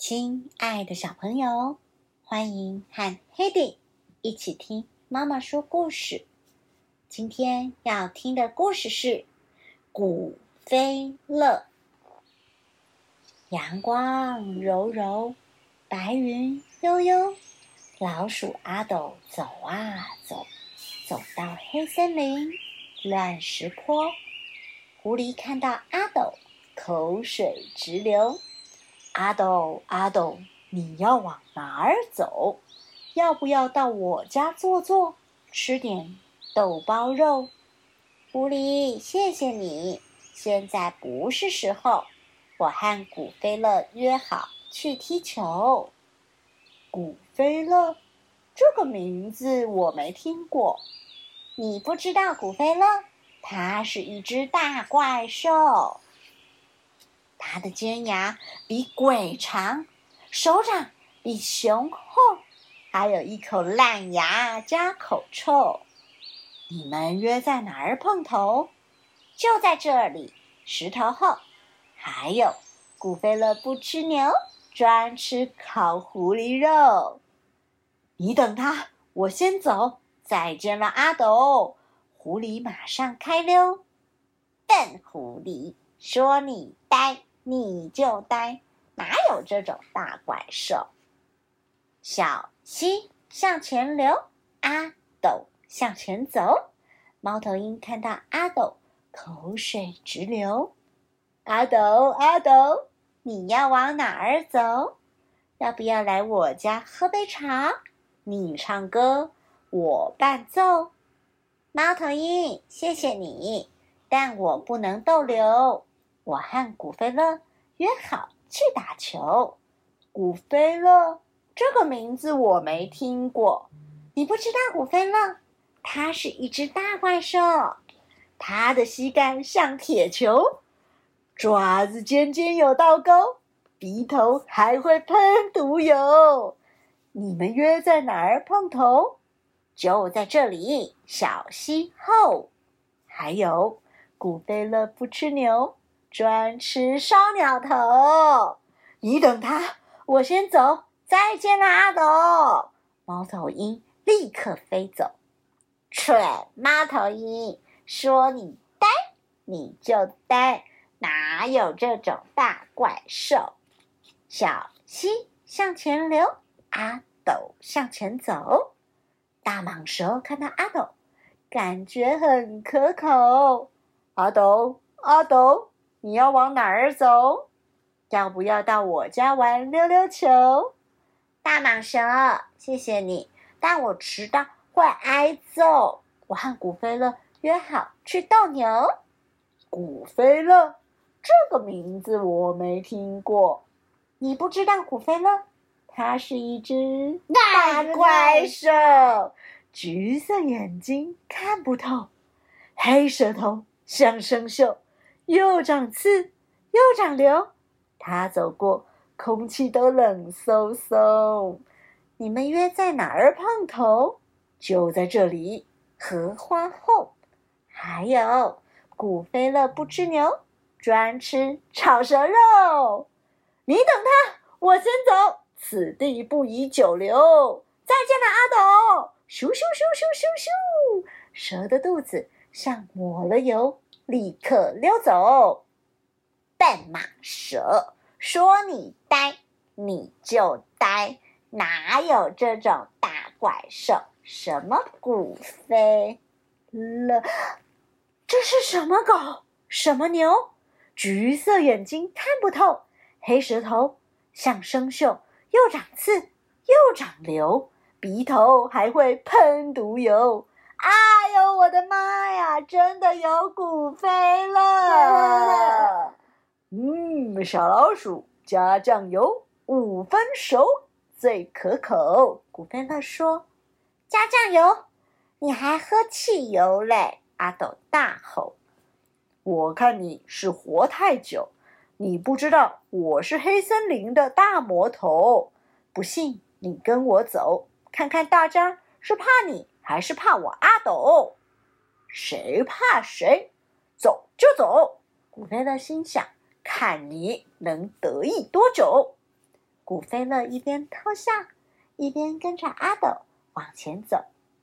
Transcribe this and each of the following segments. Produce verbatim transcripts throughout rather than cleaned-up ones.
亲爱的小朋友，欢迎和 Hedy 一起听妈妈说故事。今天要听的故事是古飞乐。阳光柔柔，白云悠悠，老鼠阿斗走啊走，走到黑森林乱石坡。狐狸看到阿斗，口水直流。阿斗，阿斗，你要往哪儿走？要不要到我家坐坐，吃点豆包肉？狐狸，谢谢你，现在不是时候。我和古飞乐约好去踢球。古飞乐，这个名字我没听过。你不知道古飞乐？它是一只大怪兽。它的尖牙比鬼长，手掌比熊厚，还有一口烂牙加口臭。你们约在哪儿碰头？就在这里，石头后。还有，古飞乐不吃牛，专吃烤狐狸肉。你等他，我先走。再见了，阿斗。狐狸马上开溜。笨狐狸，说你呆你就呆，哪有这种大怪兽？小溪向前流，阿斗向前走。猫头鹰看到阿斗，口水直流。阿斗，阿斗，你要往哪儿走？要不要来我家喝杯茶？你唱歌，我伴奏。猫头鹰，谢谢你，但我不能逗留。我和古飞乐约好去打球。古飞乐，这个名字我没听过。你不知道古飞乐？它是一只大怪兽，它的膝盖像铁球，爪子尖尖有倒钩，鼻头还会喷毒油。你们约在哪儿碰头？就在这里，小溪后。还有，古飞乐不吃牛，专吃烧鸟头。你等他，我先走。再见了，阿斗。猫头鹰立刻飞走。蠢猫头鹰，说你呆你就呆，哪有这种大怪兽？小溪向前流，阿斗向前走。大蟒蛇看到阿斗，感觉很可口。阿斗，阿斗，你要往哪儿走？要不要到我家玩溜溜球？大蟒蛇，谢谢你，但我迟到会挨揍。我和古飞乐约好去斗牛。古飞乐，这个名字我没听过。你不知道古飞乐？它是一只大怪兽，橘色眼睛看不透，黑舌头像生锈，又长刺又长瘤。它走过，空气都冷飕飕。你们约在哪儿碰头？就在这里，荷花后。还有，古飞乐不吃牛，专吃炒蛇肉。你等他，我先走。此地不宜久留。再见了，阿斗。咻咻咻咻咻咻，蛇的肚子像抹了油，立刻溜走。笨蟒蛇，说你呆你就呆，哪有这种大怪兽？什么古飞乐？这是什么狗？什么牛？橘色眼睛看不透，黑舌头像生锈，又长刺又长瘤，鼻头还会喷毒油。哎呦，我的妈呀，真的有古飞乐。嗯，小老鼠加酱油，五分熟最可口。古飞乐说：加酱油？你还喝汽油嘞！阿斗大吼。我看你是活太久，你不知道我是黑森林的大魔头。不信你跟我走，看看大家是怕你还是怕我阿斗。谁怕谁？走就走。古飞乐心想，看你能得意多久。 古飞乐一边偷笑，一边跟着阿斗往前走。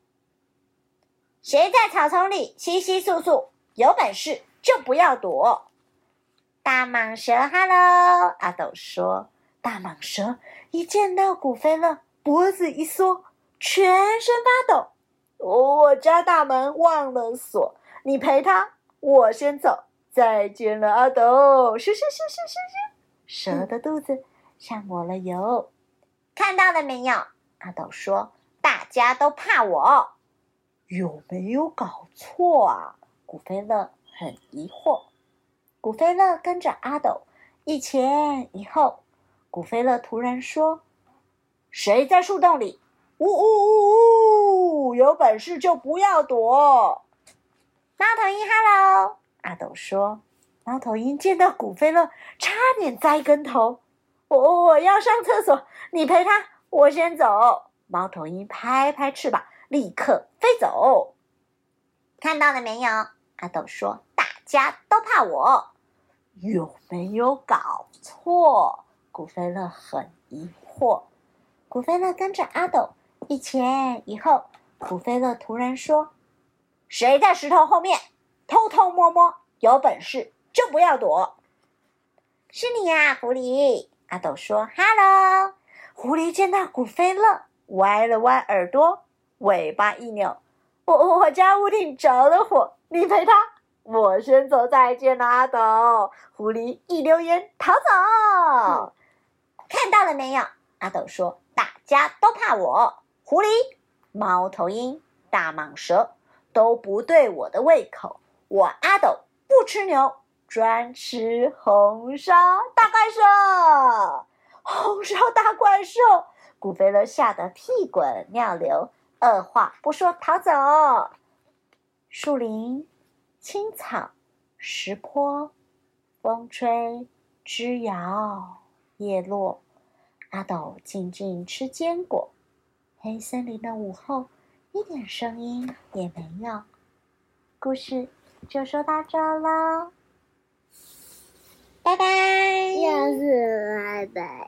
谁在草丛里稀稀簌簌，有本事就不要躲。大蟒蛇哈喽，阿斗说。大蟒蛇一见到古飞乐，脖子一缩，全身发抖。我家大门忘了锁，你陪他，我先走。再见了，阿斗！咻咻咻咻咻咻，蛇的肚子上抹了油。看到了没有？阿斗说：“大家都怕我。”有没有搞错啊？古飞乐很疑惑。古飞乐跟着阿斗一前一后。古飞乐突然说：“谁在树洞里？呜呜呜呜！有本事就不要躲。”猫头鹰哈喽，阿斗说。猫头鹰见到古飞乐，差点栽跟头。我我要上厕所，你陪他，我先走。猫头鹰拍拍翅膀，立刻飞走。看到了没有？阿斗说：“大家都怕我。”有没有搞错？古飞乐很疑惑。古飞乐跟着阿斗一前一后。古飞乐突然说：“谁在石头后面偷偷摸摸？有本事就不要躲。”是你呀、啊，狐狸。阿斗说：“哈喽。”狐狸见到古飞乐，歪了歪耳朵，尾巴一扭：“我我家屋顶着了火，你陪他，我先走，再见了，阿斗。”狐狸一溜烟逃走。看到了没有？阿斗说：“大家都怕我。狐狸、猫头鹰、大蟒蛇都不对我的胃口。我阿斗不吃牛，专吃红烧大怪兽。”红烧大怪兽！古飞乐吓得屁滚尿流，二话不说逃走。树林、青草、石坡，风吹枝摇叶落，阿斗静静吃坚果。黑森林的午后，一点声音也没有。故事就说到这喽，拜拜。 又是拜拜。